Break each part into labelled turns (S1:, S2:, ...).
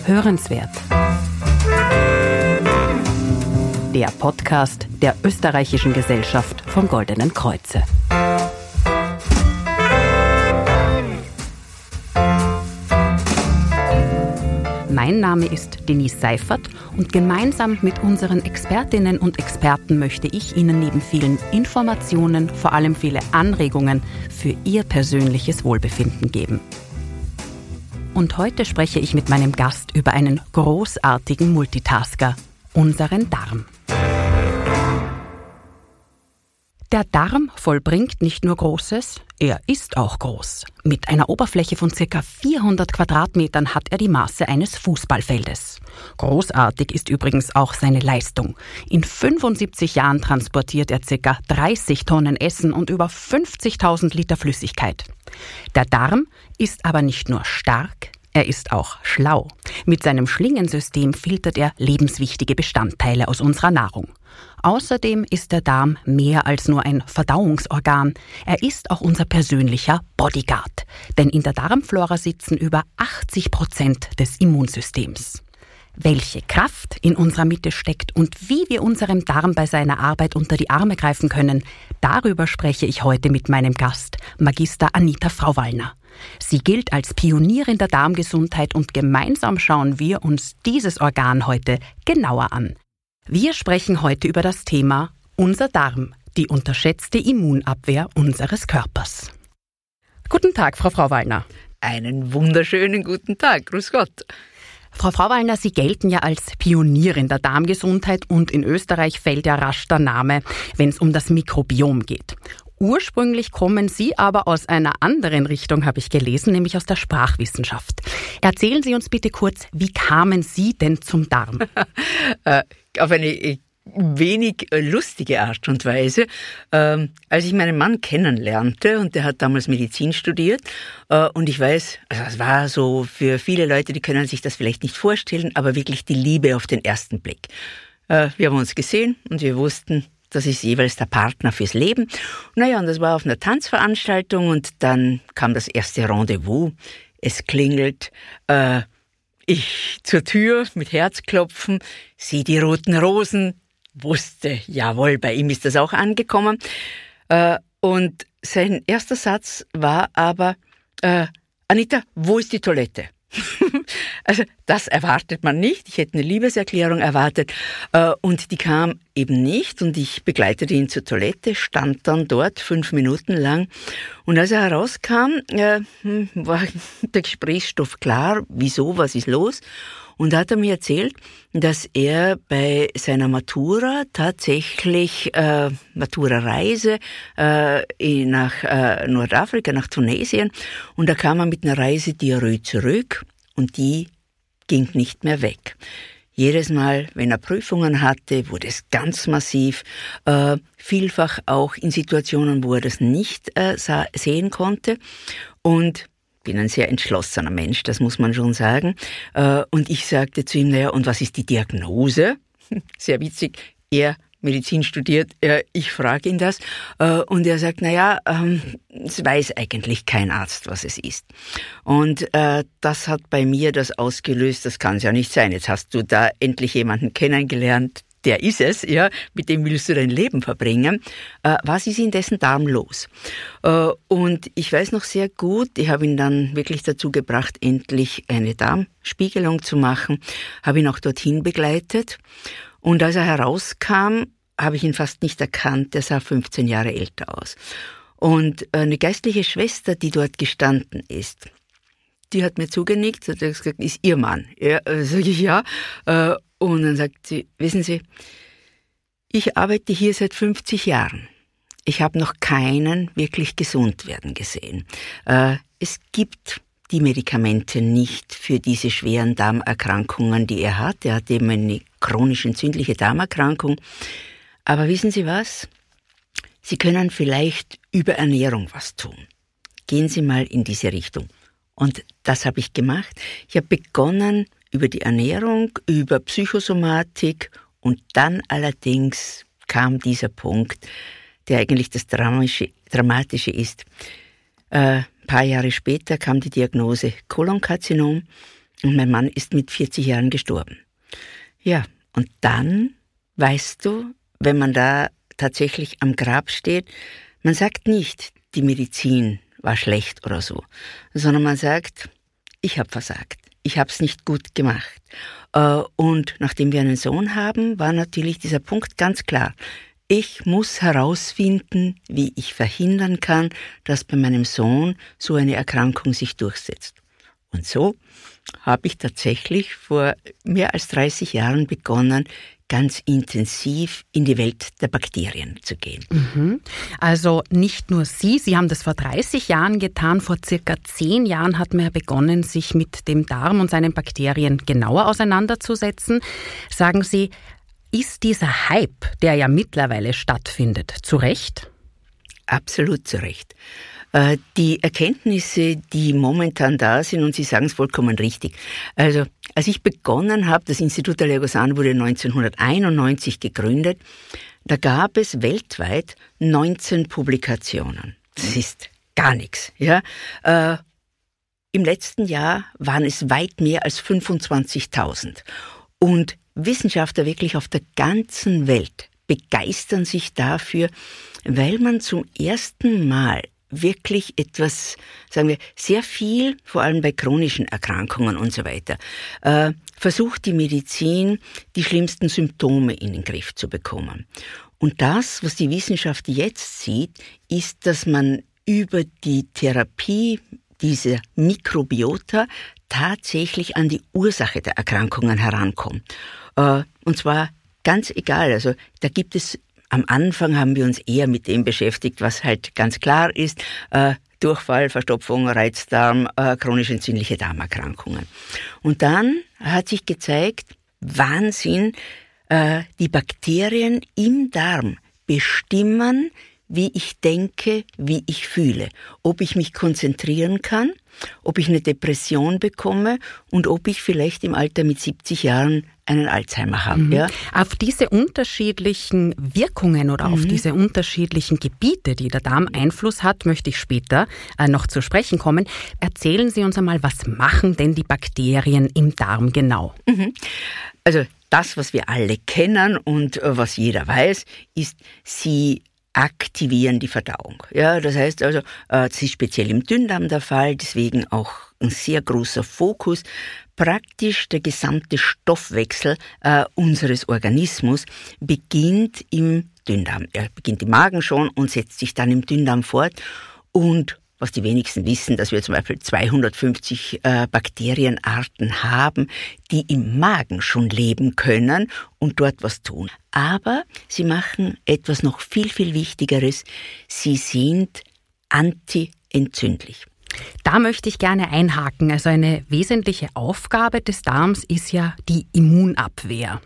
S1: Hörenswert. Der Podcast der Österreichischen Gesellschaft vom Goldenen Kreuze. Mein Name ist Denise Seifert und gemeinsam mit unseren Expertinnen und Experten möchte ich Ihnen neben vielen Informationen vor allem viele Anregungen für Ihr persönliches Wohlbefinden geben. Und heute spreche ich mit meinem Gast über einen großartigen Multitasker, unseren Darm. Der Darm vollbringt nicht nur Großes, er ist auch groß. Mit einer Oberfläche von ca. 400 Quadratmetern hat er die Maße eines Fußballfeldes. Großartig ist übrigens auch seine Leistung. In 75 Jahren transportiert er ca. 30 Tonnen Essen und über 50.000 Liter Flüssigkeit. Der Darm ist aber nicht nur stark, er ist auch schlau. Mit seinem Schlingensystem filtert er lebenswichtige Bestandteile aus unserer Nahrung. Außerdem ist der Darm mehr als nur ein Verdauungsorgan. Er ist auch unser persönlicher Bodyguard. Denn in der Darmflora sitzen über 80% des Immunsystems. Welche Kraft in unserer Mitte steckt und wie wir unserem Darm bei seiner Arbeit unter die Arme greifen können, darüber spreche ich heute mit meinem Gast, Magister Anita Frauwallner. Sie gilt als Pionierin der Darmgesundheit und gemeinsam schauen wir uns dieses Organ heute genauer an. Wir sprechen heute über das Thema unser Darm, die unterschätzte Immunabwehr unseres Körpers. Guten Tag, Frau Frauwallner.
S2: Einen wunderschönen guten Tag, grüß Gott.
S1: Frau Frauwallner, Sie gelten ja als Pionierin der Darmgesundheit und in Österreich fällt ja rasch der Name, wenn es um das Mikrobiom geht. Ursprünglich kommen Sie aber aus einer anderen Richtung, habe ich gelesen, nämlich aus der Sprachwissenschaft. Erzählen Sie uns bitte kurz, wie kamen Sie denn zum Darm?
S2: Auf eine wenig lustige Art und Weise. Als ich meinen Mann kennenlernte, und der hat damals Medizin studiert, und ich weiß, also es war so für viele Leute, die können sich das vielleicht nicht vorstellen, aber wirklich die Liebe auf den ersten Blick. Wir haben uns gesehen und wir wussten, das ist jeweils der Partner fürs Leben. Naja, und das war auf einer Tanzveranstaltung und dann kam das erste Rendezvous. Es klingelt, ich zur Tür mit Herzklopfen, sieh die roten Rosen, wusste, jawohl, bei ihm ist das auch angekommen. Und sein erster Satz war aber, Anita, wo ist die Toilette? Also das erwartet man nicht. Ich hätte eine Liebeserklärung erwartet und die kam eben nicht und ich begleitete ihn zur Toilette, stand dann dort 5 Minuten lang und als er herauskam, war der Gesprächsstoff klar, wieso, was ist los? Und da hat er mir erzählt, dass er bei seiner Matura tatsächlich Matura-Reise nach Nordafrika, nach Tunesien. Und da kam er mit einer Reisediarrhoe zurück und die ging nicht mehr weg. Jedes Mal, wenn er Prüfungen hatte, wurde es ganz massiv, vielfach auch in Situationen, wo er das nicht sehen konnte. Und ich bin ein sehr entschlossener Mensch, das muss man schon sagen. Und ich sagte zu ihm, naja, und was ist die Diagnose? Sehr witzig, er Medizin studiert, ich frage ihn das. Und er sagt, naja, es weiß eigentlich kein Arzt, was es ist. Und das hat bei mir das ausgelöst, das kann es ja nicht sein. Jetzt hast du da endlich jemanden kennengelernt, der ist es, ja, mit dem willst du dein Leben verbringen. Was ist in dessen Darm los? Und ich weiß noch sehr gut, ich habe ihn dann wirklich dazu gebracht, endlich eine Darmspiegelung zu machen, habe ihn auch dorthin begleitet. Und als er herauskam, habe ich ihn fast nicht erkannt, er sah 15 Jahre älter aus. Und eine geistliche Schwester, die dort gestanden ist, die hat mir zugenickt, hat gesagt, ist Ihr Mann? Ja, sage ich ja. Und dann sagt sie, wissen Sie, ich arbeite hier seit 50 Jahren. Ich habe noch keinen wirklich gesund werden gesehen. Es gibt die Medikamente nicht für diese schweren Darmerkrankungen, die er hat. Er hat eben eine chronisch entzündliche Darmerkrankung. Aber wissen Sie was? Sie können vielleicht über Ernährung was tun. Gehen Sie mal in diese Richtung. Und das habe ich gemacht. Ich habe begonnen über die Ernährung, über Psychosomatik und dann allerdings kam dieser Punkt, der eigentlich das Dramatische ist. Ein paar Jahre später kam die Diagnose Kolonkarzinom und mein Mann ist mit 40 Jahren gestorben. Ja, und dann, weißt du, wenn man da tatsächlich am Grab steht, man sagt nicht, die Medizin war schlecht oder so, sondern man sagt, ich habe versagt, ich habe es nicht gut gemacht. Und nachdem wir einen Sohn haben, war natürlich dieser Punkt ganz klar. Ich muss herausfinden, wie ich verhindern kann, dass bei meinem Sohn so eine Erkrankung sich durchsetzt. Und so habe ich tatsächlich vor mehr als 30 Jahren begonnen, ganz intensiv in die Welt der Bakterien zu gehen.
S1: Also nicht nur Sie haben das vor 30 Jahren getan, vor circa 10 Jahren hat man ja begonnen, sich mit dem Darm und seinen Bakterien genauer auseinanderzusetzen. Sagen Sie, ist dieser Hype, der ja mittlerweile stattfindet, zu Recht?
S2: Absolut zu Recht. Die Erkenntnisse, die momentan da sind, und Sie sagen es vollkommen richtig. Also, als ich begonnen habe, das Institut Allergosan wurde 1991 gegründet, da gab es weltweit 19 Publikationen. Das ist gar nichts. Ja? Im letzten Jahr waren es weit mehr als 25.000. Und Wissenschaftler wirklich auf der ganzen Welt begeistern sich dafür, weil man zum ersten Mal wirklich etwas, sagen wir, sehr viel, vor allem bei chronischen Erkrankungen und so weiter, versucht die Medizin, die schlimmsten Symptome in den Griff zu bekommen. Und das, was die Wissenschaft jetzt sieht, ist, dass man über die Therapie dieser Mikrobiota tatsächlich an die Ursache der Erkrankungen herankommt. Und zwar ganz egal, also da gibt es am Anfang haben wir uns eher mit dem beschäftigt, was halt ganz klar ist, Durchfall, Verstopfung, Reizdarm, chronisch entzündliche Darmerkrankungen. Und dann hat sich gezeigt, Wahnsinn, die Bakterien im Darm bestimmen, wie ich denke, wie ich fühle, ob ich mich konzentrieren kann, ob ich eine Depression bekomme und ob ich vielleicht im Alter mit 70 Jahren einen Alzheimer habe. Ja.
S1: Auf diese unterschiedlichen Wirkungen oder auf diese unterschiedlichen Gebiete, die der Darm Einfluss hat, möchte ich später noch zu sprechen kommen. Erzählen Sie uns einmal, was machen denn die Bakterien im Darm genau?
S2: Also das, was wir alle kennen und was jeder weiß, ist, sie aktivieren die Verdauung. Ja, das heißt also, das ist speziell im Dünndarm der Fall, deswegen auch ein sehr großer Fokus. Praktisch der gesamte Stoffwechsel unseres Organismus beginnt im Dünndarm. Er beginnt im Magen schon und setzt sich dann im Dünndarm fort. Und was die wenigsten wissen, dass wir zum Beispiel 250 Bakterienarten haben, die im Magen schon leben können und dort was tun. Aber sie machen etwas noch viel, viel Wichtigeres. Sie sind antientzündlich.
S1: Da möchte ich gerne einhaken. Also eine wesentliche Aufgabe des Darms ist ja die Immunabwehr.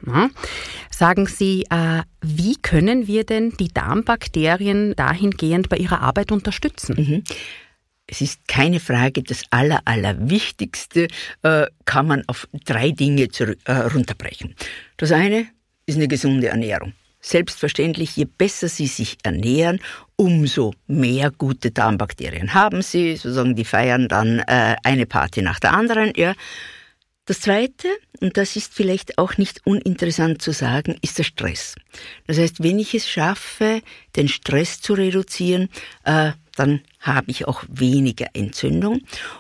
S1: Sagen Sie, wie können wir denn die Darmbakterien dahingehend bei ihrer Arbeit unterstützen?
S2: Es ist keine Frage, das Allerwichtigste kann man auf 3 Dinge runterbrechen. Das eine ist eine gesunde Ernährung. Selbstverständlich, je besser Sie sich ernähren, umso mehr gute Darmbakterien haben Sie. Sozusagen, die feiern dann eine Party nach der anderen. Ja. Das Zweite, und das ist vielleicht auch nicht uninteressant zu sagen, ist der Stress. Das heißt, wenn ich es schaffe, den Stress zu reduzieren, dann habe ich auch weniger Entzündung.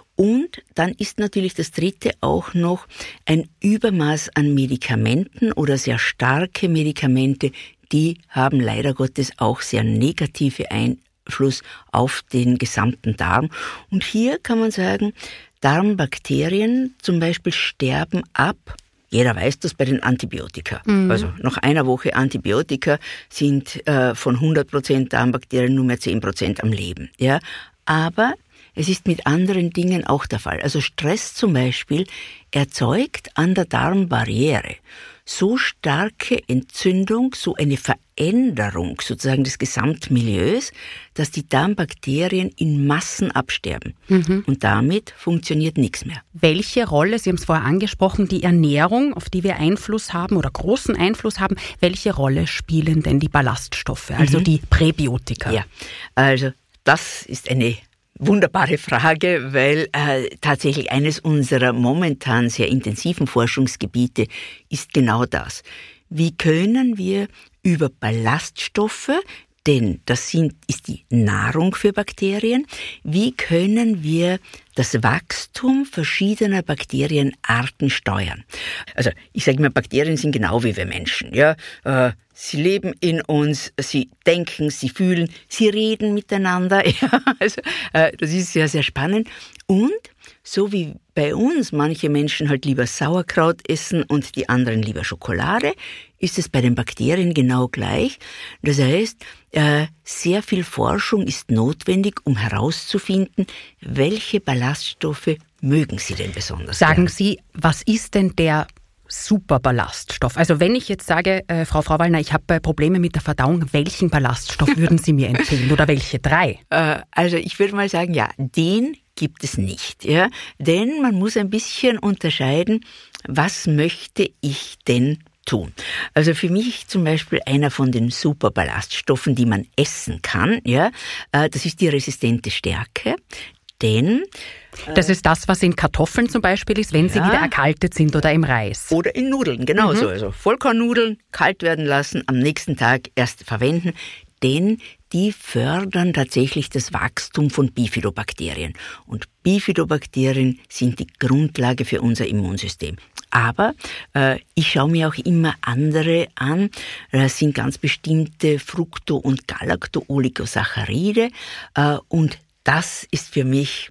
S2: Und dann ist natürlich das Dritte auch noch ein Übermaß an Medikamenten oder sehr starke Medikamente, die haben leider Gottes auch sehr negative Einfluss auf den gesamten Darm. Und hier kann man sagen, Darmbakterien zum Beispiel sterben ab. Jeder weiß das bei den Antibiotika. Also nach einer Woche Antibiotika sind von 100% Darmbakterien nur mehr 10% am Leben. Ja? Aber es ist mit anderen Dingen auch der Fall. Also Stress zum Beispiel erzeugt an der Darmbarriere so starke Entzündung, so eine Veränderung sozusagen des Gesamtmilieus, dass die Darmbakterien in Massen absterben. Und damit funktioniert nichts mehr.
S1: Welche Rolle, Sie haben es vorher angesprochen, die Ernährung, auf die wir Einfluss haben oder großen Einfluss haben, welche Rolle spielen denn die Ballaststoffe, also die Präbiotika?
S2: Ja, also das ist eine wunderbare Frage, weil tatsächlich eines unserer momentan sehr intensiven Forschungsgebiete ist genau das. Wie können wir über Ballaststoffe, denn das ist die Nahrung für Bakterien, wie können wir das Wachstum verschiedener Bakterienarten steuern? Also ich sage immer, Bakterien sind genau wie wir Menschen. Ja? Sie leben in uns, sie denken, sie fühlen, sie reden miteinander. Ja? Also das ist sehr, sehr spannend. Und so wie bei uns manche Menschen halt lieber Sauerkraut essen und die anderen lieber Schokolade, ist es bei den Bakterien genau gleich. Das heißt, sehr viel Forschung ist notwendig, um herauszufinden, welche Ballaststoffe mögen Sie denn besonders
S1: Sagen
S2: gerne?
S1: Sie, was ist denn der Superballaststoff? Also wenn ich jetzt sage, Frau Frauwallner, ich habe Probleme mit der Verdauung, welchen Ballaststoff würden Sie mir empfehlen oder welche 3?
S2: Also ich würde mal sagen, ja, den gibt es nicht. Ja? Denn man muss ein bisschen unterscheiden, was möchte ich denn tun? Also für mich zum Beispiel einer von den Superballaststoffen, die man essen kann, ja, das ist die resistente Stärke. Denn
S1: das ist das, was in Kartoffeln zum Beispiel ist, wenn sie wieder erkaltet sind oder im Reis.
S2: Oder in Nudeln, genauso. Also Vollkornnudeln kalt werden lassen, am nächsten Tag erst verwenden, denn die fördern tatsächlich das Wachstum von Bifidobakterien. Und Bifidobakterien sind die Grundlage für unser Immunsystem. Aber ich schaue mir auch immer andere an. Das sind ganz bestimmte Fructo- und Galacto-Oligosaccharide. Und das ist für mich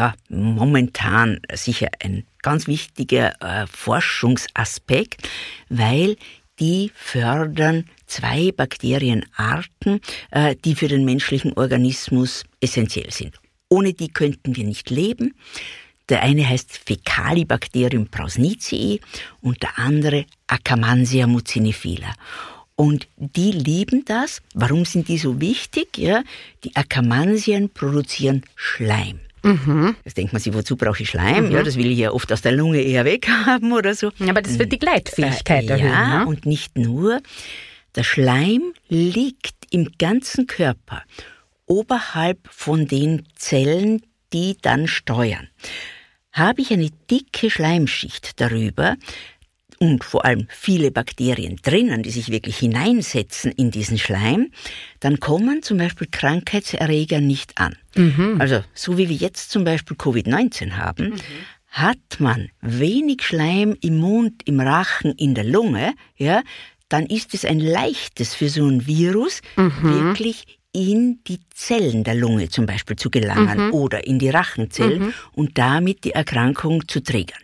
S2: momentan sicher ein ganz wichtiger Forschungsaspekt, weil die fördern 2 Bakterienarten, die für den menschlichen Organismus essentiell sind. Ohne die könnten wir nicht leben. Der eine heißt Fecalibacterium prausnitzii und der andere Akkermansia mucinifila. Und die lieben das. Warum sind die so wichtig? Ja, die Akkermansien produzieren Schleim. Jetzt denkt man sich, wozu brauche ich Schleim? Ja, das will ich ja oft aus der Lunge eher weghaben oder so.
S1: Aber das wird die Gleitfähigkeit erhöhen.
S2: Ja,
S1: ne?
S2: Und nicht nur. Der Schleim liegt im ganzen Körper oberhalb von den Zellen, die dann steuern. Habe ich eine dicke Schleimschicht darüber und vor allem viele Bakterien drinnen, die sich wirklich hineinsetzen in diesen Schleim, dann kommen zum Beispiel Krankheitserreger nicht an. Also so wie wir jetzt zum Beispiel Covid-19 haben, hat man wenig Schleim im Mund, im Rachen, in der Lunge, ja, dann ist es ein leichtes für so ein Virus, wirklich in die Zellen der Lunge zum Beispiel zu gelangen oder in die Rachenzellen und damit die Erkrankung zu triggern.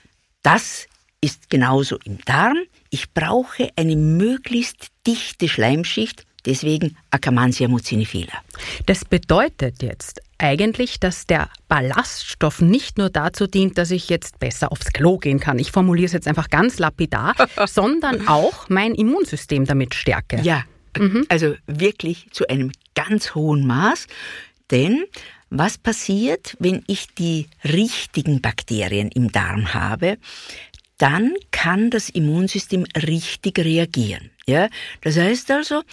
S2: Das ist genauso im Darm. Ich brauche eine möglichst dichte Schleimschicht, deswegen Akkermansia mucinifila.
S1: Das bedeutet jetzt eigentlich, dass der Ballaststoff nicht nur dazu dient, dass ich jetzt besser aufs Klo gehen kann, ich formuliere es jetzt einfach ganz lapidar, sondern auch mein Immunsystem damit stärke.
S2: Ja, also wirklich zu einem ganz hohen Maß, denn was passiert, wenn ich die richtigen Bakterien im Darm habe? Dann kann das Immunsystem richtig reagieren. Ja? Das heißt also,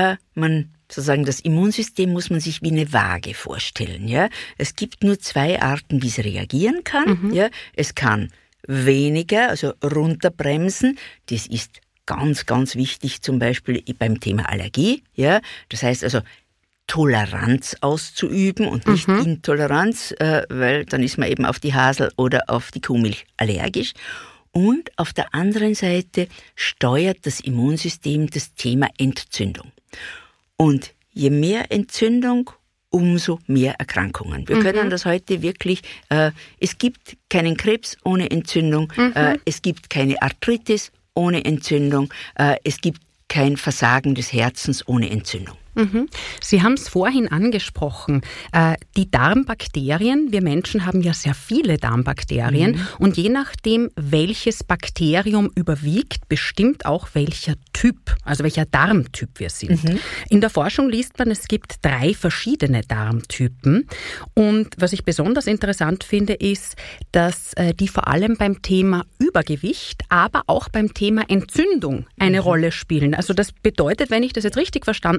S2: das Immunsystem muss man sich wie eine Waage vorstellen. Ja? Es gibt nur 2 Arten, wie es reagieren kann. Ja? Es kann weniger, also runterbremsen. Das ist ganz, ganz wichtig, zum Beispiel beim Thema Allergie. Ja? Das heißt also, Toleranz auszuüben und nicht Intoleranz, weil dann ist man eben auf die Hasel oder auf die Kuhmilch allergisch. Und auf der anderen Seite steuert das Immunsystem das Thema Entzündung. Und je mehr Entzündung, umso mehr Erkrankungen. Wir können das heute wirklich, es gibt keinen Krebs ohne Entzündung, es gibt keine Arthritis ohne Entzündung, es gibt kein Versagen des Herzens ohne Entzündung.
S1: Sie haben es vorhin angesprochen, die Darmbakterien, wir Menschen haben ja sehr viele Darmbakterien und je nachdem, welches Bakterium überwiegt, bestimmt auch welcher Typ, also welcher Darmtyp wir sind. In der Forschung liest man, es gibt 3 verschiedene Darmtypen und was ich besonders interessant finde, ist, dass die vor allem beim Thema Übergewicht, aber auch beim Thema Entzündung eine Rolle spielen. Also das bedeutet, wenn ich das jetzt richtig verstanden habe,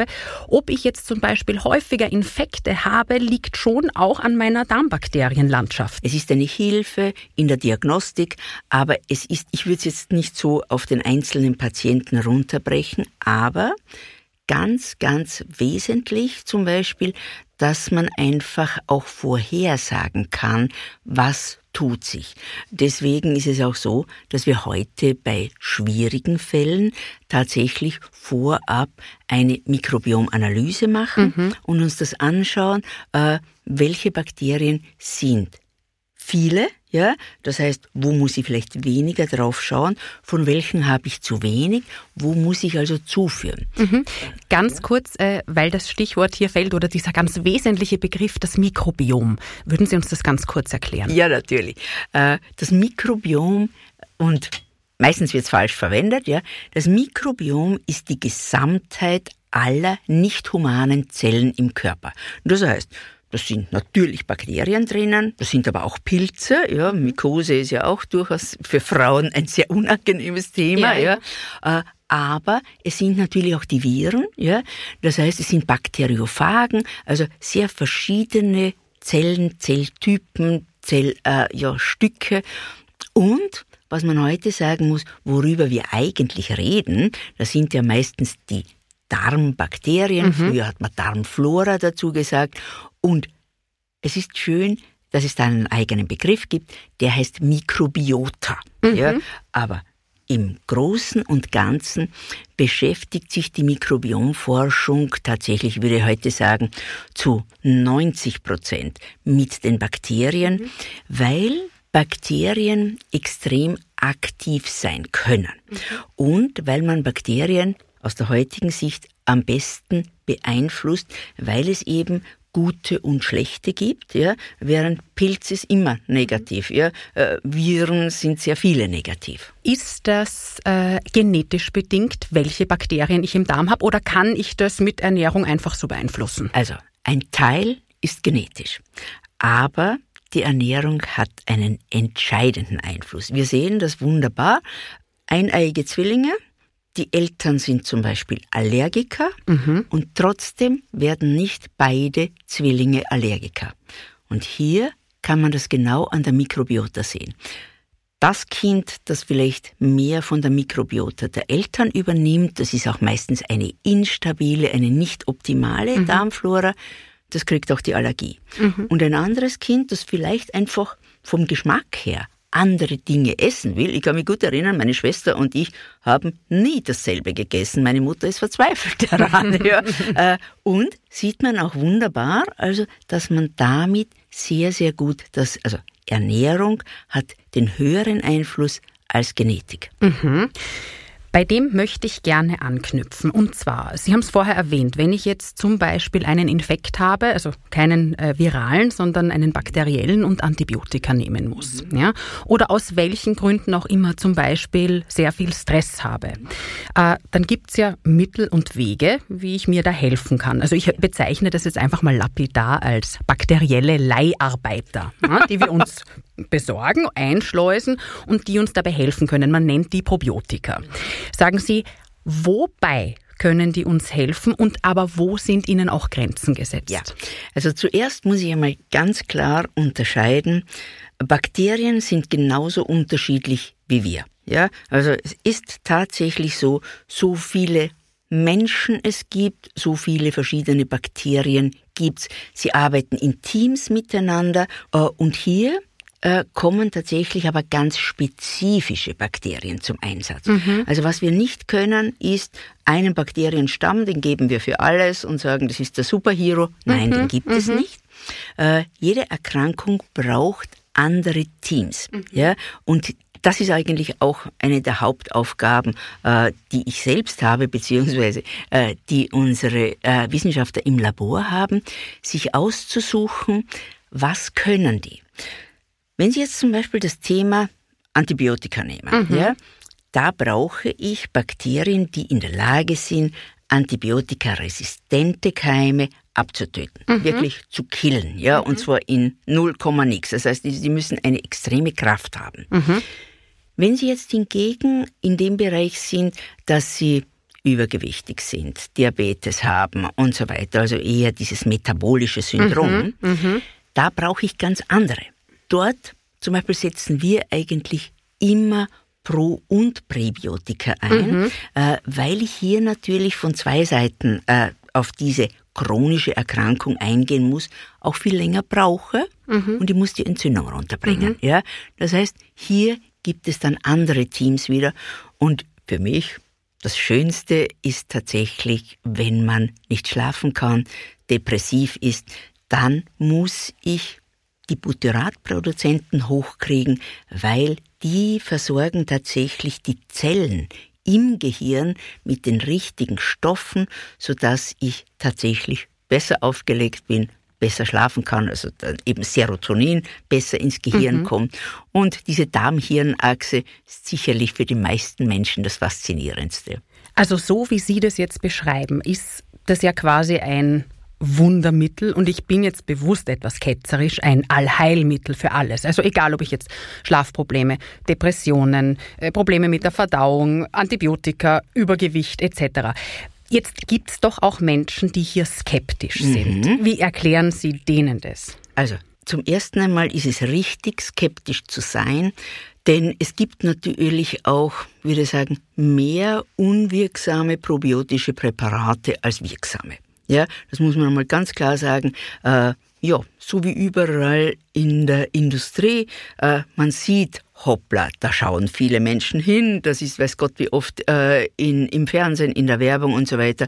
S1: Ob ich jetzt zum Beispiel häufiger Infekte habe, liegt schon auch an meiner Darmbakterienlandschaft.
S2: Es ist eine Hilfe in der Diagnostik, aber ich würde es jetzt nicht so auf den einzelnen Patienten runterbrechen, aber ganz, ganz wesentlich zum Beispiel, dass man einfach auch vorhersagen kann, was tut sich. Deswegen ist es auch so, dass wir heute bei schwierigen Fällen tatsächlich vorab eine Mikrobiomanalyse machen und uns das anschauen, welche Bakterien sind. Viele, ja, das heißt, wo muss ich vielleicht weniger drauf schauen, von welchen habe ich zu wenig, wo muss ich also zuführen.
S1: Ganz kurz, weil das Stichwort hier fällt oder dieser ganz wesentliche Begriff, das Mikrobiom. Würden Sie uns das ganz kurz erklären?
S2: Ja, natürlich. Das Mikrobiom, und meistens wird es falsch verwendet, ja, das Mikrobiom ist die Gesamtheit aller nicht humanen Zellen im Körper. Das heißt, das sind natürlich Bakterien drinnen, das sind aber auch Pilze. Ja, Mykose ist ja auch durchaus für Frauen ein sehr unangenehmes Thema. Ja. Aber es sind natürlich auch die Viren. Ja. Das heißt, es sind Bakteriophagen, also sehr verschiedene Zellen, Zelltypen, Stücke. Und was man heute sagen muss, worüber wir eigentlich reden, das sind ja meistens die Darmbakterien. Früher hat man Darmflora dazu gesagt. Und es ist schön, dass es da einen eigenen Begriff gibt, der heißt Mikrobiota. Ja, aber im Großen und Ganzen beschäftigt sich die Mikrobiomforschung tatsächlich, würde ich heute sagen, zu 90% mit den Bakterien, weil Bakterien extrem aktiv sein können. Und weil man Bakterien aus der heutigen Sicht am besten beeinflusst, weil es eben gute und schlechte gibt, ja, während Pilz ist immer negativ, ja, Viren sind sehr viele negativ.
S1: Ist das genetisch bedingt, welche Bakterien ich im Darm habe, oder kann ich das mit Ernährung einfach so beeinflussen?
S2: Also, ein Teil ist genetisch, aber die Ernährung hat einen entscheidenden Einfluss. Wir sehen das wunderbar, eineiige Zwillinge, die Eltern sind zum Beispiel Allergiker und trotzdem werden nicht beide Zwillinge Allergiker. Und hier kann man das genau an der Mikrobiota sehen. Das Kind, das vielleicht mehr von der Mikrobiota der Eltern übernimmt, das ist auch meistens eine instabile, eine nicht optimale Darmflora, das kriegt auch die Allergie. Und ein anderes Kind, das vielleicht einfach vom Geschmack her andere Dinge essen will. Ich kann mich gut erinnern, meine Schwester und ich haben nie dasselbe gegessen. Meine Mutter ist verzweifelt daran. Ja. Und sieht man auch wunderbar, also, dass man damit sehr, sehr gut, also Ernährung hat den höheren Einfluss als Genetik.
S1: Bei dem möchte ich gerne anknüpfen. Und zwar, Sie haben es vorher erwähnt, wenn ich jetzt zum Beispiel einen Infekt habe, also keinen viralen, sondern einen bakteriellen und Antibiotika nehmen muss, ja, oder aus welchen Gründen auch immer zum Beispiel sehr viel Stress habe, dann gibt es ja Mittel und Wege, wie ich mir da helfen kann. Also ich bezeichne das jetzt einfach mal lapidar als bakterielle Leiharbeiter, ja, die wir uns besorgen, einschleusen und die uns dabei helfen können. Man nennt die Probiotika. Sagen Sie, wobei können die uns helfen und aber wo sind ihnen auch Grenzen gesetzt?
S2: Ja, also zuerst muss ich einmal ganz klar unterscheiden, Bakterien sind genauso unterschiedlich wie wir. Ja, also es ist tatsächlich so viele Menschen es gibt, so viele verschiedene Bakterien gibt's. Sie arbeiten in Teams miteinander und hier kommen tatsächlich aber ganz spezifische Bakterien zum Einsatz. Also was wir nicht können, ist einen Bakterienstamm, den geben wir für alles und sagen, das ist der Superhero. Nein, den gibt es nicht. Jede Erkrankung braucht andere Teams. Ja? Und das ist eigentlich auch eine der Hauptaufgaben, die ich selbst habe, beziehungsweise die unsere Wissenschaftler im Labor haben, sich auszusuchen, was können die. Wenn Sie jetzt zum Beispiel das Thema Antibiotika nehmen, ja, da brauche ich Bakterien, die in der Lage sind, antibiotikaresistente Keime abzutöten, wirklich zu killen, ja, und zwar in 0, nix. Das heißt, die müssen eine extreme Kraft haben. Wenn Sie jetzt hingegen in dem Bereich sind, dass Sie übergewichtig sind, Diabetes haben und so weiter, also eher dieses metabolische Syndrom, da brauche ich ganz andere. Dort zum Beispiel setzen wir eigentlich immer Pro- und Präbiotika ein, weil ich hier natürlich von zwei Seiten auf diese chronische Erkrankung eingehen muss, auch viel länger brauche und ich muss die Entzündung runterbringen. Ja? Das heißt, hier gibt es dann andere Teams wieder und für mich das Schönste ist tatsächlich, wenn man nicht schlafen kann, depressiv ist, dann muss ich die Butyratproduzenten hochkriegen, weil die versorgen tatsächlich die Zellen im Gehirn mit den richtigen Stoffen, sodass ich tatsächlich besser aufgelegt bin, besser schlafen kann, also dann eben Serotonin besser ins Gehirn kommt. Und diese Darm-Hirn-Achse ist sicherlich für die meisten Menschen das Faszinierendste.
S1: Also so wie Sie das jetzt beschreiben, ist das ja quasi ein Wundermittel und ich bin jetzt bewusst etwas ketzerisch, ein Allheilmittel für alles. Also egal, ob ich jetzt Schlafprobleme, Depressionen, Probleme mit der Verdauung, Antibiotika, Übergewicht etc. Jetzt gibt es doch auch Menschen, die hier skeptisch sind. Wie erklären Sie denen das?
S2: Also zum ersten einmal ist es richtig, skeptisch zu sein, denn es gibt natürlich auch, würde ich sagen, mehr unwirksame probiotische Präparate als wirksame. Ja, das muss man einmal ganz klar sagen. So wie überall in der Industrie, man sieht, hoppla, da schauen viele Menschen hin, das ist, weiß Gott, wie oft im Fernsehen, in der Werbung und so weiter.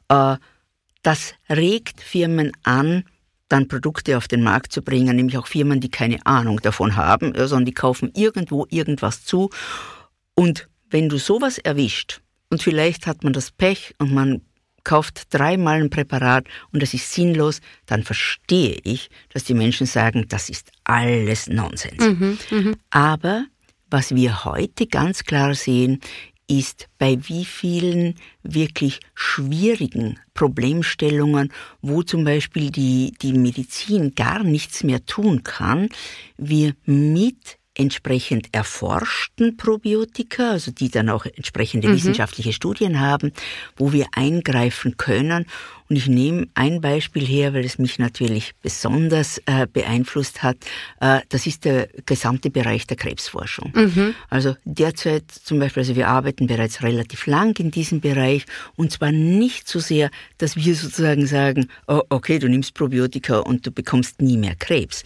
S2: Das regt Firmen an, dann Produkte auf den Markt zu bringen, nämlich auch Firmen, die keine Ahnung davon haben, sondern die kaufen irgendwo irgendwas zu. Und wenn du sowas erwischt, und vielleicht hat man das Pech und man kauft 3-mal ein Präparat und das ist sinnlos, dann verstehe ich, dass die Menschen sagen, das ist alles Nonsens. Aber was wir heute ganz klar sehen, ist, bei wie vielen wirklich schwierigen Problemstellungen, wo zum Beispiel die Medizin gar nichts mehr tun kann, wir mit entsprechend erforschten Probiotika, also die dann auch entsprechende wissenschaftliche Studien haben, wo wir eingreifen können. Und ich nehme ein Beispiel her, weil es mich natürlich besonders beeinflusst hat. Das ist der gesamte Bereich der Krebsforschung. Also derzeit zum Beispiel, also wir arbeiten bereits relativ lang in diesem Bereich und zwar nicht so sehr, dass wir sozusagen sagen, oh, okay, du nimmst Probiotika und du bekommst nie mehr Krebs.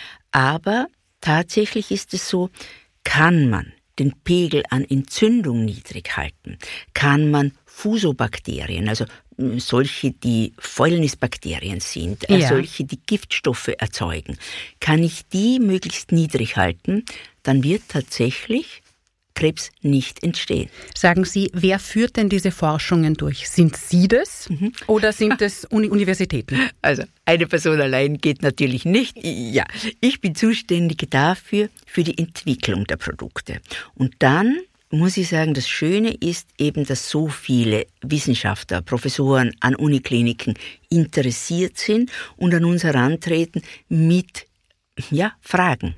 S2: Aber tatsächlich ist es so, kann man den Pegel an Entzündung niedrig halten, kann man Fusobakterien, also solche, die Fäulnisbakterien sind, solche, die Giftstoffe erzeugen, kann ich die möglichst niedrig halten, dann wird tatsächlich Krebs nicht entstehen.
S1: Sagen Sie, wer führt denn diese Forschungen durch? Sind Sie das oder sind es Universitäten?
S2: Also eine Person allein geht natürlich nicht. Ja, ich bin zuständig dafür, für die Entwicklung der Produkte. Und dann muss ich sagen, das Schöne ist eben, dass so viele Wissenschaftler, Professoren an Unikliniken interessiert sind und an uns herantreten mit Fragen.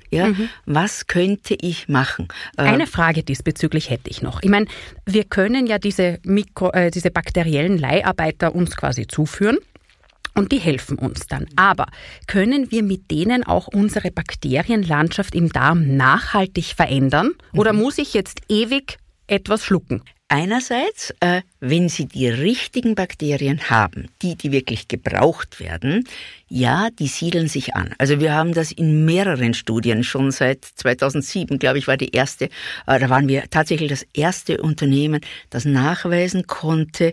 S2: Was könnte ich machen?
S1: Eine Frage diesbezüglich hätte ich noch. Ich meine, wir können ja diese bakteriellen Leiharbeiter uns quasi zuführen und die helfen uns dann. Aber können wir mit denen auch unsere Bakterienlandschaft im Darm nachhaltig verändern? Oder muss ich jetzt ewig etwas schlucken?
S2: Einerseits, wenn Sie die richtigen Bakterien haben, die wirklich gebraucht werden, ja, die siedeln sich an. Also wir haben das in mehreren Studien schon seit 2007, glaube ich, war die erste. Da waren wir tatsächlich das erste Unternehmen, das nachweisen konnte,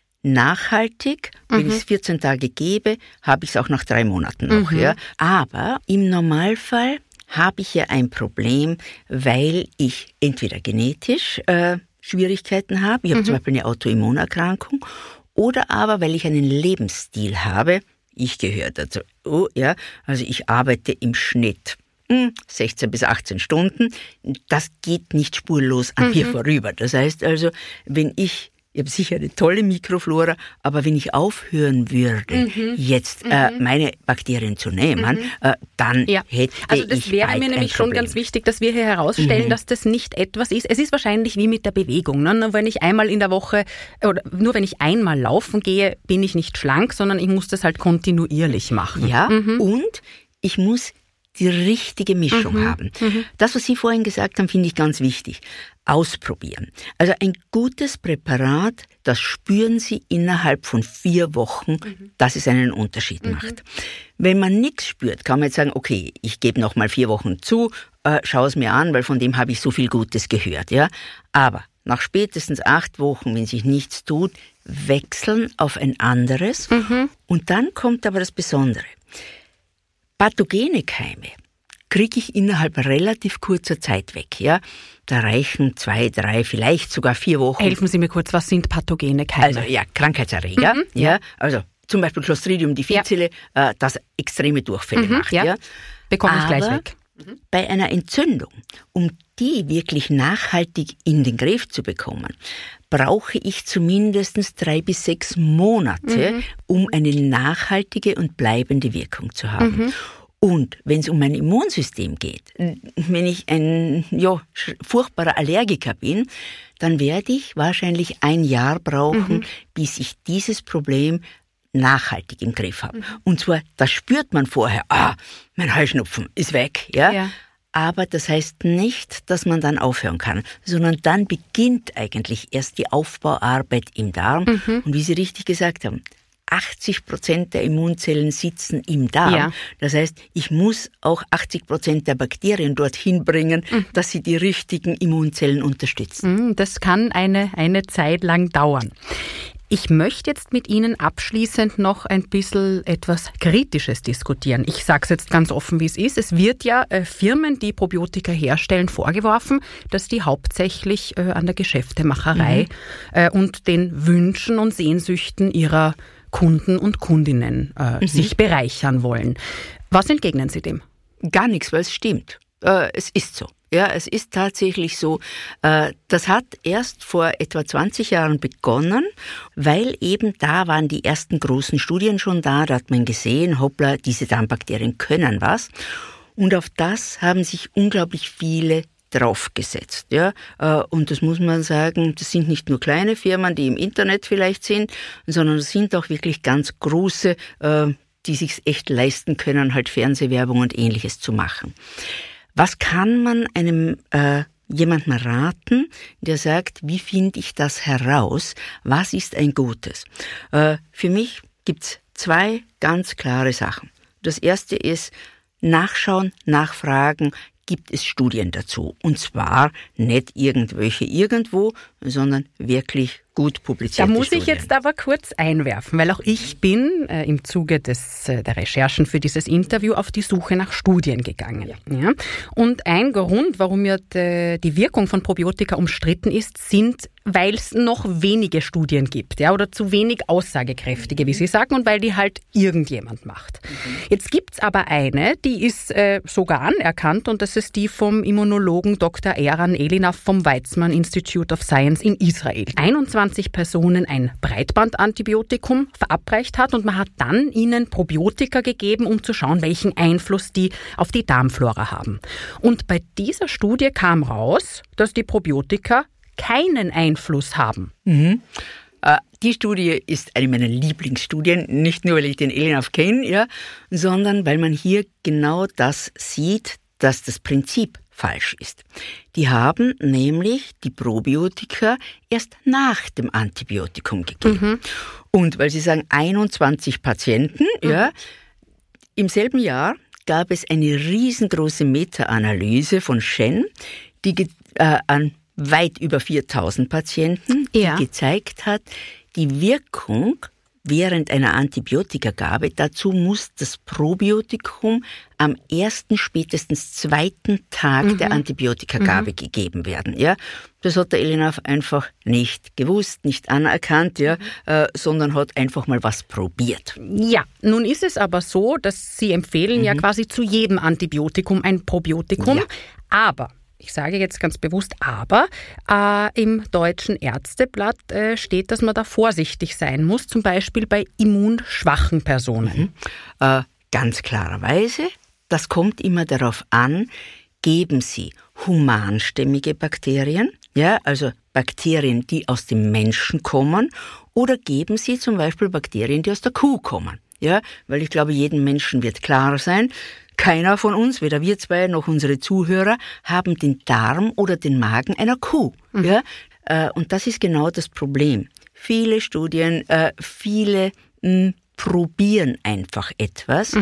S2: nachhaltig, wenn ich es 14 Tage gebe, habe ich es auch nach 3 Monaten noch. Ja. Aber im Normalfall habe ich ja ein Problem, weil ich entweder genetisch Schwierigkeiten habe, ich habe zum Beispiel eine Autoimmunerkrankung, oder aber weil ich einen Lebensstil habe, ich gehöre dazu, also ich arbeite im Schnitt 16 bis 18 Stunden, das geht nicht spurlos an mir vorüber. Das heißt also, wenn ich ich habe sicher eine tolle Mikroflora, aber wenn ich aufhören würde, jetzt meine Bakterien zu nehmen, dann hätte ich
S1: Also das wäre mir nämlich schon ganz wichtig, dass wir hier herausstellen, dass das nicht etwas ist. Es ist wahrscheinlich wie mit der Bewegung. Ne? Nur wenn ich einmal in der Woche oder nur wenn ich einmal laufen gehe, bin ich nicht schlank, sondern ich muss das halt kontinuierlich machen.
S2: Ja, und ich muss die richtige Mischung haben. Das, was Sie vorhin gesagt haben, finde ich ganz wichtig. Ausprobieren. Also ein gutes Präparat, das spüren Sie innerhalb von 4 Wochen, dass es einen Unterschied macht. Wenn man nichts spürt, kann man jetzt sagen, okay, ich gebe noch mal 4 Wochen zu, schau es mir an, weil von dem habe ich so viel Gutes gehört. Ja? Aber nach spätestens 8 Wochen, wenn sich nichts tut, wechseln auf ein anderes. Und dann kommt aber das Besondere. Pathogene Keime kriege ich innerhalb relativ kurzer Zeit weg. Ja? Da reichen 2, 3, vielleicht sogar 4 Wochen.
S1: Helfen Sie mir kurz, was sind pathogene Keime?
S2: Also ja, Krankheitserreger. Ja? Also zum Beispiel Clostridium difficile, das extreme Durchfälle macht. Ja?
S1: Bekomme ich gleich weg.
S2: Bei einer Entzündung, um die wirklich nachhaltig in den Griff zu bekommen, brauche ich zumindest 3 bis 6 Monate, um eine nachhaltige und bleibende Wirkung zu haben. Und wenn es um mein Immunsystem geht, wenn ich ein furchtbarer Allergiker bin, dann werde ich wahrscheinlich 1 Jahr brauchen, bis ich dieses Problem nachhaltig im Griff habe. Und zwar, das spürt man vorher, mein Heuschnupfen ist weg, ja. Aber das heißt nicht, dass man dann aufhören kann, sondern dann beginnt eigentlich erst die Aufbauarbeit im Darm. Und wie Sie richtig gesagt haben, 80% der Immunzellen sitzen im Darm. Ja. Das heißt, ich muss auch 80% der Bakterien dorthin bringen, dass sie die richtigen Immunzellen unterstützen.
S1: Das kann eine Zeit lang dauern. Ich möchte jetzt mit Ihnen abschließend noch ein bisschen etwas Kritisches diskutieren. Ich sage es jetzt ganz offen, wie es ist. Es wird ja Firmen, die Probiotika herstellen, vorgeworfen, dass die hauptsächlich an der Geschäftemacherei und den Wünschen und Sehnsüchten ihrer Kunden und Kundinnen sich bereichern wollen. Was entgegnen Sie dem?
S2: Gar nichts, weil es stimmt. Es ist so. Ja, es ist tatsächlich so. Das hat erst vor etwa 20 Jahren begonnen, weil eben da waren die ersten großen Studien schon da. Da hat man gesehen, hoppla, diese Darmbakterien können was. Und auf das haben sich unglaublich viele draufgesetzt. Ja? Und das muss man sagen, das sind nicht nur kleine Firmen, die im Internet vielleicht sind, sondern es sind auch wirklich ganz große, die sich echt leisten können, halt Fernsehwerbung und Ähnliches zu machen. Was kann man einem jemandem raten, der sagt, wie finde ich das heraus? Was ist ein Gutes? Für mich gibt's 2 ganz klare Sachen. Das erste ist nachschauen, nachfragen, gibt es Studien dazu. Und zwar nicht irgendwelche irgendwo, sondern wirklich gut publizierte Studien.
S1: Da muss ich jetzt aber kurz einwerfen, weil auch ich bin im Zuge der Recherchen für dieses Interview auf die Suche nach Studien gegangen. Ja. Und ein Grund, warum ja die Wirkung von Probiotika umstritten ist, sind, weil es noch wenige Studien gibt, ja, oder zu wenig aussagekräftige, wie Sie sagen, und weil die halt irgendjemand macht. Jetzt gibt's aber eine, die ist sogar anerkannt, und das ist die vom Immunologen Dr. Eran Elinav vom Weizmann Institute of Science in Israel. 21 Personen ein Breitbandantibiotikum verabreicht hat, und man hat dann ihnen Probiotika gegeben, um zu schauen, welchen Einfluss die auf die Darmflora haben. Und bei dieser Studie kam raus, dass die Probiotika keinen Einfluss haben.
S2: Die Studie ist eine meiner Lieblingsstudien, nicht nur, weil ich den Elinav kenne, ja, sondern weil man hier genau das sieht, dass das Prinzip falsch ist. Die haben nämlich die Probiotika erst nach dem Antibiotikum gegeben. Und weil Sie sagen 21 Patienten, ja, im selben Jahr gab es eine riesengroße Meta-Analyse von Shen, die an weit über 4000 Patienten, die gezeigt hat, die Wirkung während einer Antibiotikagabe, dazu muss das Probiotikum am 1., spätestens 2. Tag der Antibiotikagabe gegeben werden. Ja? Das hat der Elinav einfach nicht gewusst, nicht anerkannt, ja, sondern hat einfach mal was probiert.
S1: Ja, nun ist es aber so, dass Sie empfehlen ja quasi zu jedem Antibiotikum ein Probiotikum, aber ich sage jetzt ganz bewusst aber, im Deutschen Ärzteblatt steht, dass man da vorsichtig sein muss, zum Beispiel bei immunschwachen Personen.
S2: Ganz klarerweise, das kommt immer darauf an, geben Sie humanstämmige Bakterien, ja, also Bakterien, die aus dem Menschen kommen, oder geben Sie zum Beispiel Bakterien, die aus der Kuh kommen. Ja, weil ich glaube, jedem Menschen wird klar sein, keiner von uns, weder wir zwei noch unsere Zuhörer, haben den Darm oder den Magen einer Kuh. Ja? Und das ist genau das Problem. Viele Studien, viele probieren einfach etwas.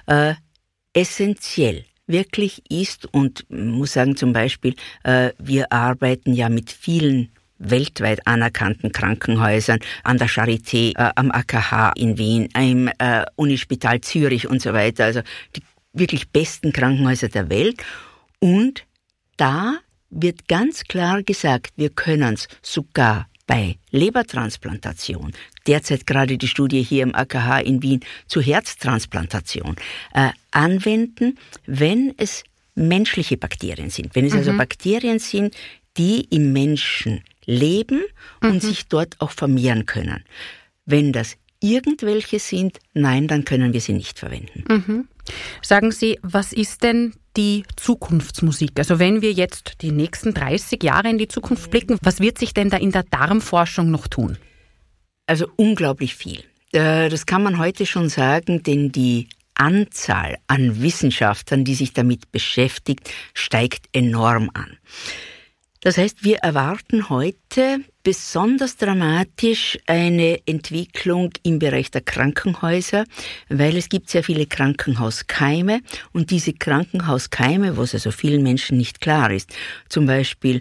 S2: Essentiell wirklich ist, und muss sagen zum Beispiel, wir arbeiten ja mit vielen weltweit anerkannten Krankenhäusern, an der Charité, am AKH in Wien, im Unispital Zürich und so weiter, also die wirklich besten Krankenhäuser der Welt. Und da wird ganz klar gesagt, wir können es sogar bei Lebertransplantation, derzeit gerade die Studie hier im AKH in Wien zur Herztransplantation, anwenden, wenn es menschliche Bakterien sind. Wenn es also Bakterien sind, die im Menschen leben und sich dort auch vermehren können. Wenn das irgendwelche sind, nein, dann können wir sie nicht verwenden.
S1: Sagen Sie, was ist denn die Zukunftsmusik? Also wenn wir jetzt die nächsten 30 Jahre in die Zukunft blicken, was wird sich denn da in der Darmforschung noch tun?
S2: Also unglaublich viel. Das kann man heute schon sagen, denn die Anzahl an Wissenschaftlern, die sich damit beschäftigt, steigt enorm an. Das heißt, wir erwarten heute besonders dramatisch eine Entwicklung im Bereich der Krankenhäuser, weil es gibt sehr viele Krankenhauskeime und diese Krankenhauskeime, was also vielen Menschen nicht klar ist, zum Beispiel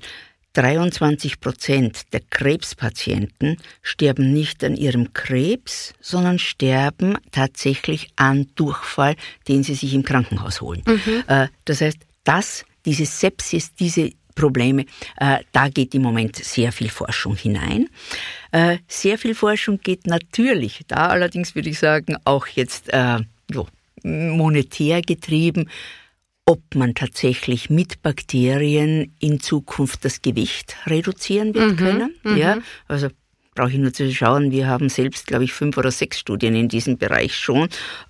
S2: 23% der Krebspatienten sterben nicht an ihrem Krebs, sondern sterben tatsächlich an Durchfall, den sie sich im Krankenhaus holen. Das heißt, diese Sepsis, diese Probleme, da geht im Moment sehr viel Forschung hinein. Sehr viel Forschung geht natürlich, da allerdings würde ich sagen, auch jetzt monetär getrieben, ob man tatsächlich mit Bakterien in Zukunft das Gewicht reduzieren wird können. Ja, also brauche ich nur zu schauen, wir haben selbst, glaube ich, 5 oder 6 Studien in diesem Bereich schon.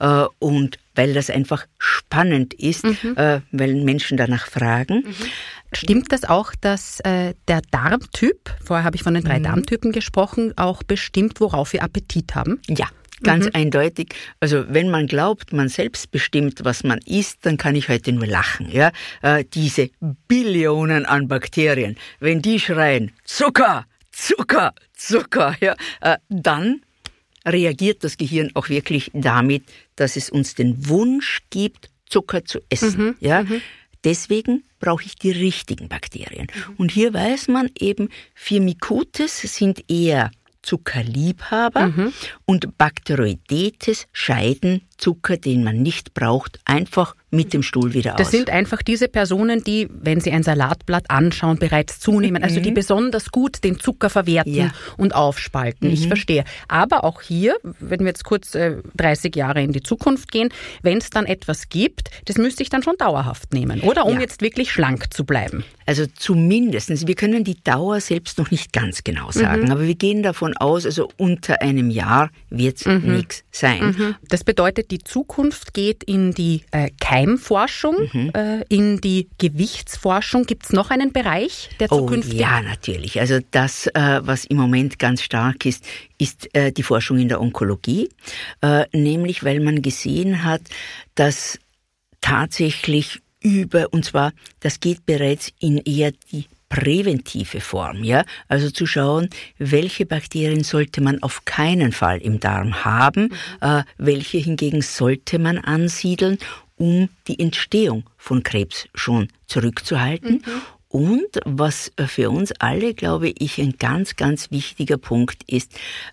S2: Und weil das einfach spannend ist, weil Menschen danach fragen.
S1: Stimmt das auch, dass der Darmtyp, vorher habe ich von den 3 Darmtypen gesprochen, auch bestimmt, worauf wir Appetit haben?
S2: Ja. Ganz eindeutig. Also wenn man glaubt, man selbst bestimmt, was man isst, dann kann ich heute nur lachen. Ja? Diese Billionen an Bakterien, wenn die schreien, Zucker, Zucker, Zucker, ja, dann reagiert das Gehirn auch wirklich damit, dass es uns den Wunsch gibt, Zucker zu essen. Deswegen brauche ich die richtigen Bakterien. Und hier weiß man eben, Firmicutes sind eher Zuckerliebhaber und Bacteroidetes scheiden Zucker, den man nicht braucht, einfach mit dem Stuhl wieder aus.
S1: Das sind einfach diese Personen, die, wenn sie ein Salatblatt anschauen, bereits zunehmen. Also die besonders gut den Zucker verwerten und aufspalten. Ich verstehe. Aber auch hier, wenn wir jetzt kurz 30 Jahre in die Zukunft gehen, wenn es dann etwas gibt, das müsste ich dann schon dauerhaft nehmen, oder? Um jetzt wirklich schlank zu bleiben.
S2: Also zumindest, wir können die Dauer selbst noch nicht ganz genau sagen, aber wir gehen davon aus, also unter einem Jahr wird es nichts sein.
S1: Das bedeutet, die Zukunft geht in die Keimforschung, in die Gewichtsforschung. Gibt es noch einen Bereich der Zukunft?
S2: Ja, natürlich. Also das, was im Moment ganz stark ist die Forschung in der Onkologie. Nämlich, weil man gesehen hat, dass tatsächlich und zwar, das geht bereits in eher die präventive Form, ja, also zu schauen, welche Bakterien sollte man auf keinen Fall im Darm haben, welche hingegen sollte man ansiedeln, um die Entstehung von Krebs schon zurückzuhalten. Und was für uns alle, glaube ich, ein ganz, ganz wichtiger Punkt ist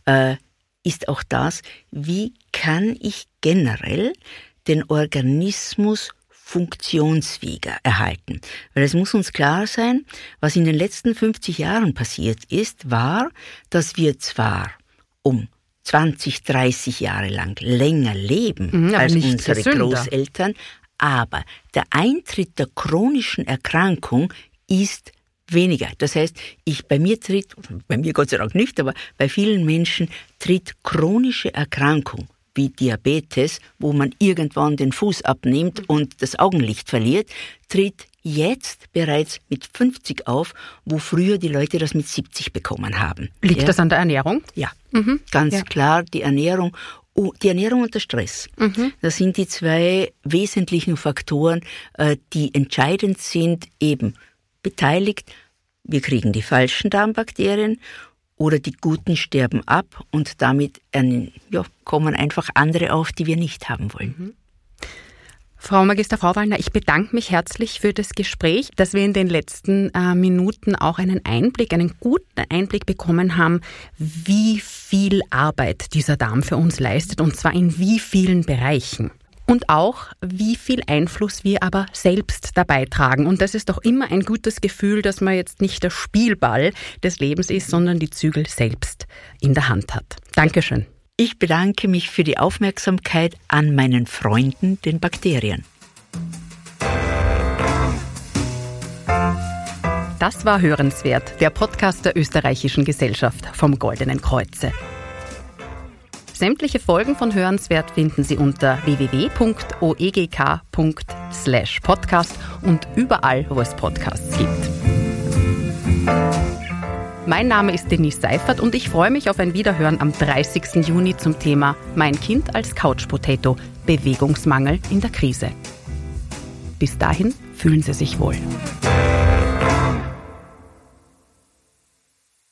S2: auch das, wie kann ich generell den Organismus funktionsfähiger erhalten. Weil es muss uns klar sein, was in den letzten 50 Jahren passiert ist, war, dass wir zwar um 20, 30 Jahre lang länger leben als unsere Großeltern, aber der Eintritt der chronischen Erkrankung isst weniger. Das heißt, bei mir Gott sei Dank nicht, aber bei vielen Menschen tritt chronische Erkrankung wie Diabetes, wo man irgendwann den Fuß abnimmt und das Augenlicht verliert, tritt jetzt bereits mit 50 auf, wo früher die Leute das mit 70 bekommen haben.
S1: Liegt das an der Ernährung?
S2: Ja, ganz klar die Ernährung. Die Ernährung und der Stress. Das sind die zwei wesentlichen Faktoren, die entscheidend sind, eben beteiligt. Wir kriegen die falschen Darmbakterien oder die guten sterben ab und damit kommen einfach andere auf, die wir nicht haben wollen.
S1: Frau Magister Frauwallner, ich bedanke mich herzlich für das Gespräch, dass wir in den letzten Minuten auch einen guten Einblick bekommen haben, wie viel Arbeit dieser Darm für uns leistet und zwar in wie vielen Bereichen. Und auch, wie viel Einfluss wir aber selbst dabei tragen. Und das ist doch immer ein gutes Gefühl, dass man jetzt nicht der Spielball des Lebens ist, sondern die Zügel selbst in der Hand hat. Dankeschön.
S2: Ich bedanke mich für die Aufmerksamkeit an meinen Freunden, den Bakterien.
S1: Das war Hörenswert, der Podcast der Österreichischen Gesellschaft vom Goldenen Kreuze. Sämtliche Folgen von Hörenswert finden Sie unter www.oegk./podcast und überall, wo es Podcasts gibt. Mein Name ist Denise Seifert und ich freue mich auf ein Wiederhören am 30. Juni zum Thema Mein Kind als Couch-Potato – Bewegungsmangel in der Krise. Bis dahin fühlen Sie sich wohl.